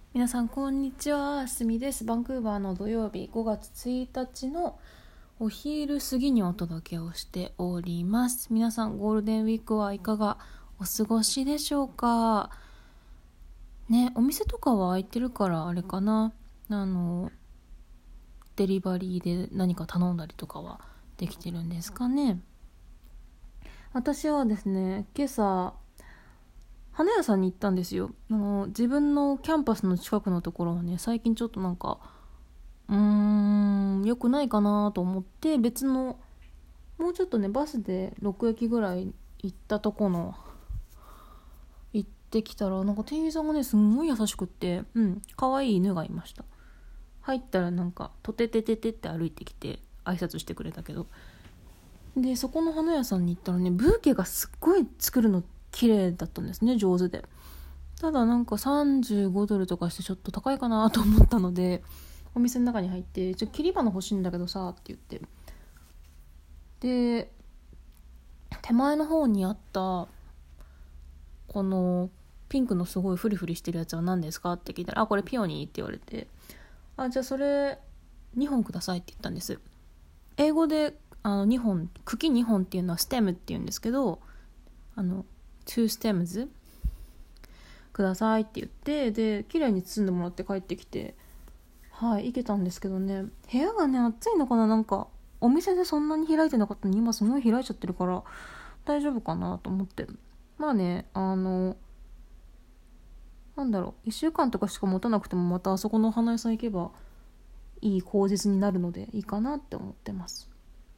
皆さんこんにちは、すみです。バンクーバーの土曜日5月1日のお昼過ぎにお届けをしております。皆さんゴールデンウィークはいかがお過ごしでしょうかね。お店とかは開いてるからあれかな、デリバリーで何か頼んだりとかはできてるんですかね。私はですね、今朝花屋さんに行ったんですよ。自分のキャンパスの近くのところはね、最近ちょっと良くないかなと思って、別のもうちょっとね、バスで6駅ぐらい行ったとこの行ってきたら、店員さんがねすんごい優しくって、可愛い犬がいました。入ったらとててててって歩いてきて挨拶してくれたけど、でそこの花屋さんに行ったらね、ブーケがすっごい作るの綺麗だったんですね、上手で。ただ35ドルとかしてちょっと高いかなと思ったので、お店の中に入って切り花欲しいんだけどさって言って、で手前の方にあったこのピンクのすごいフリフリしてるやつは何ですかって聞いたら、これピオニーって言われて、じゃあそれ2本くださいって言ったんです。英語で2本、茎2本っていうのはステムって言うんですけど、2ステムズくださいって言って、で綺麗に包んでもらって帰ってきて、行けたんですけどね、部屋がね暑いのかな、お店でそんなに開いてなかったのに今すごい開いちゃってるから大丈夫かなと思って、1週間とかしか持たなくても、またあそこのお花屋さん行けばいい口実になるのでいいかなって思ってます。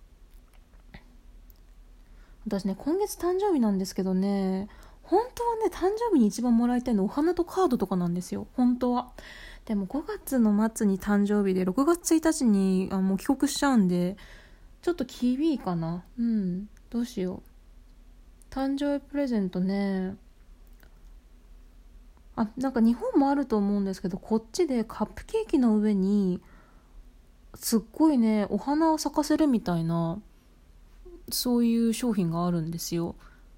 私ね、今月誕生日なんですけどね、本当はね、誕生日に一番もらいたいのお花とカードとかなんですよ、本当は。でも5月の末に誕生日で、6月1日にもう帰国しちゃうんで、ちょっと厳しいかな。どうしよう。誕生日プレゼントね、日本もあると思うんですけど、こっちでカップケーキの上にすっごいねお花を咲かせるみたいな、そういう商品があるんですよ。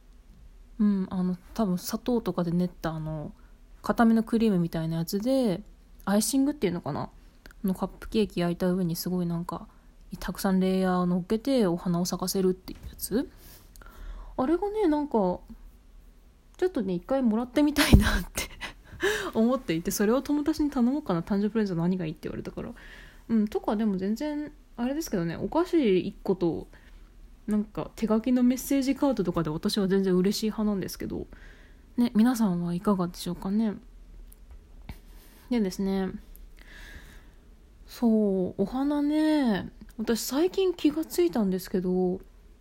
多分砂糖とかで練った固めのクリームみたいなやつで、アイシングっていうのかな、カップケーキ焼いた上にすごいたくさんレイヤーを乗っけてお花を咲かせるっていうやつ。あれがねちょっとね一回もらってみたいなって思っていて、それを友達に頼もうかな、誕生日プレゼント何がいいって言われたから。とかでも全然あれですけどね、お菓子1個と手書きのメッセージカードとかで私は全然嬉しい派なんですけどね。皆さんはいかがでしょうかね。でですね、そうお花ね、私最近気がついたんですけど、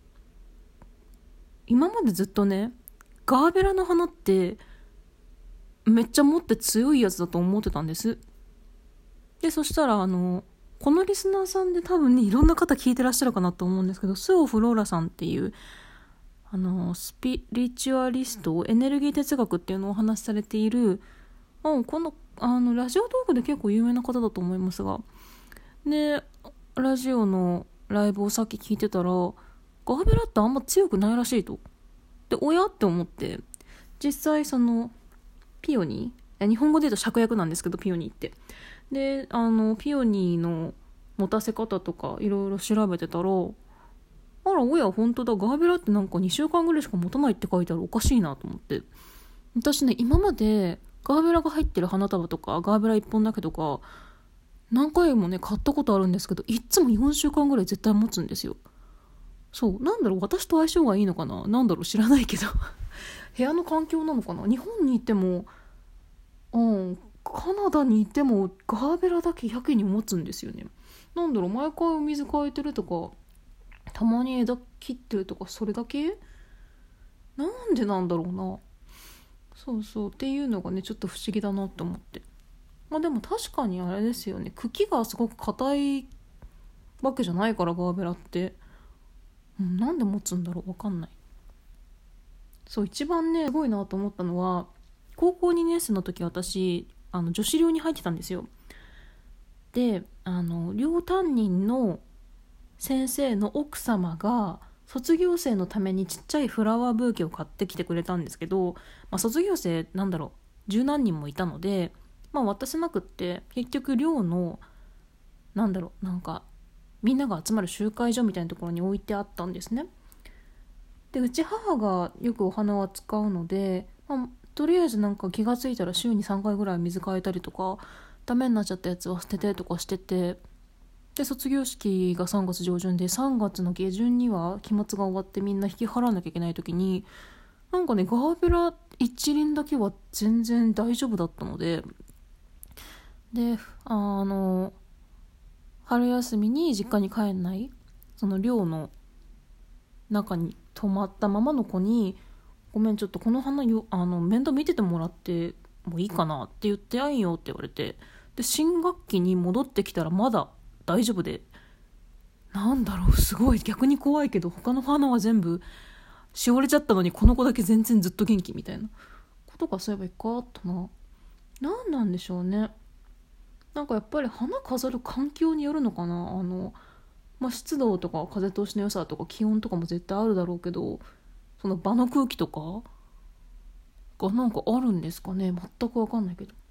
今までずっとねガーベラの花ってめっちゃ持って強いやつだと思ってたんです。でそしたらこのリスナーさんで多分ねいろんな方聞いてらっしゃるかなと思うんですけど、スオ・フローラさんっていうスピリチュアリスト、エネルギー哲学っていうのをお話しされている、このラジオトークで結構有名な方だと思いますが、でラジオのライブをさっき聞いてたら、ガーベラってあんま強くないらしいと。でおやって思って、実際ピオニー、日本語で言うと芍薬なんですけど、ピオニーってでピオニーの持たせ方とかいろいろ調べてたら、おや本当だ、ガーベラって2週間ぐらいしか持たないって書いてある、おかしいなと思って。私ね、今までガーベラが入ってる花束とか、ガーベラ1本だけとか何回もね買ったことあるんですけど、いっつも4週間ぐらい絶対持つんですよ。私と相性がいいのかな、知らないけど部屋の環境なのかな。日本にいてもカナダにいてもガーベラだけやけに持つんですよね。毎回お水変えてるとか、たまに枝切ってるとか、それだけなんでなんだろうな。そうっていうのがねちょっと不思議だなって思って。でも確かにあれですよね、茎がすごく硬いわけじゃないから、ガーベラってなんで持つんだろう、わかんない。一番ねすごいなと思ったのは、高校2年生の時私女子寮に入ってたんですよ。で寮担任の先生の奥様が卒業生のためにちっちゃいフラワーブーケを買ってきてくれたんですけど、卒業生十何人もいたので、 渡せなくって、結局寮のみんなが集まる集会所みたいなところに置いてあったんですね。でうち母がよくお花は使うので、とりあえず気がついたら週に3回ぐらい水変えたりとか、ダメになっちゃったやつは捨ててとかしてて、で卒業式が3月上旬で、3月の下旬には期末が終わってみんな引き払わなきゃいけない時に、ガーベラ一輪だけは全然大丈夫だったので、春休みに実家に帰んない、その寮の中に泊まったままの子に、ごめん、ちょっとこの花面倒見ててもらってもいいかなって言ってあいよって言われて、で新学期に戻ってきたらまだ大丈夫で、すごい逆に怖いけど、他の花は全部しおれちゃったのに、この子だけ全然ずっと元気みたいなことがそういえば一回あったな。何なんでしょうね。やっぱり花飾る環境によるのかな。湿度とか風通しの良さとか気温とかも絶対あるだろうけど、その場の空気とかがあるんですかね。全く分かんないけど。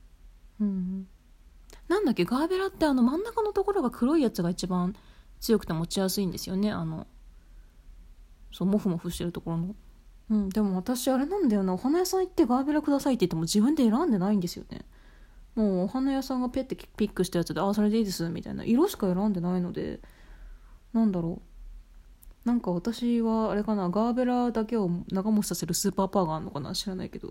ガーベラって真ん中のところが黒いやつが一番強くて持ちやすいんですよね。モフモフしてるところの。でも私あれなんだよな、お花屋さん行ってガーベラくださいって言っても自分で選んでないんですよね。もうお花屋さんがペッてピックしたやつで、それでいいですみたいな色しか選んでないので、私はあれかな、ガーベラだけを長持ちさせるスーパーパワーがあるのかな、知らないけど、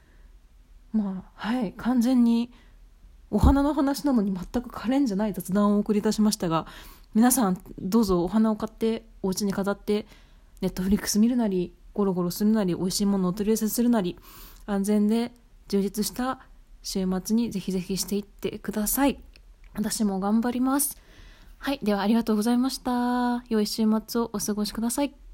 完全にお花の話なのに全く可憐じゃない雑談をお送りいたしましたが、皆さんどうぞお花を買ってお家に飾って、ネットフリックス見るなり、ゴロゴロするなり、美味しいものを取り寄せするなり、安全で充実した週末にぜひぜひしていってください。私も頑張ります。はい、ではありがとうございました。良い週末をお過ごしください。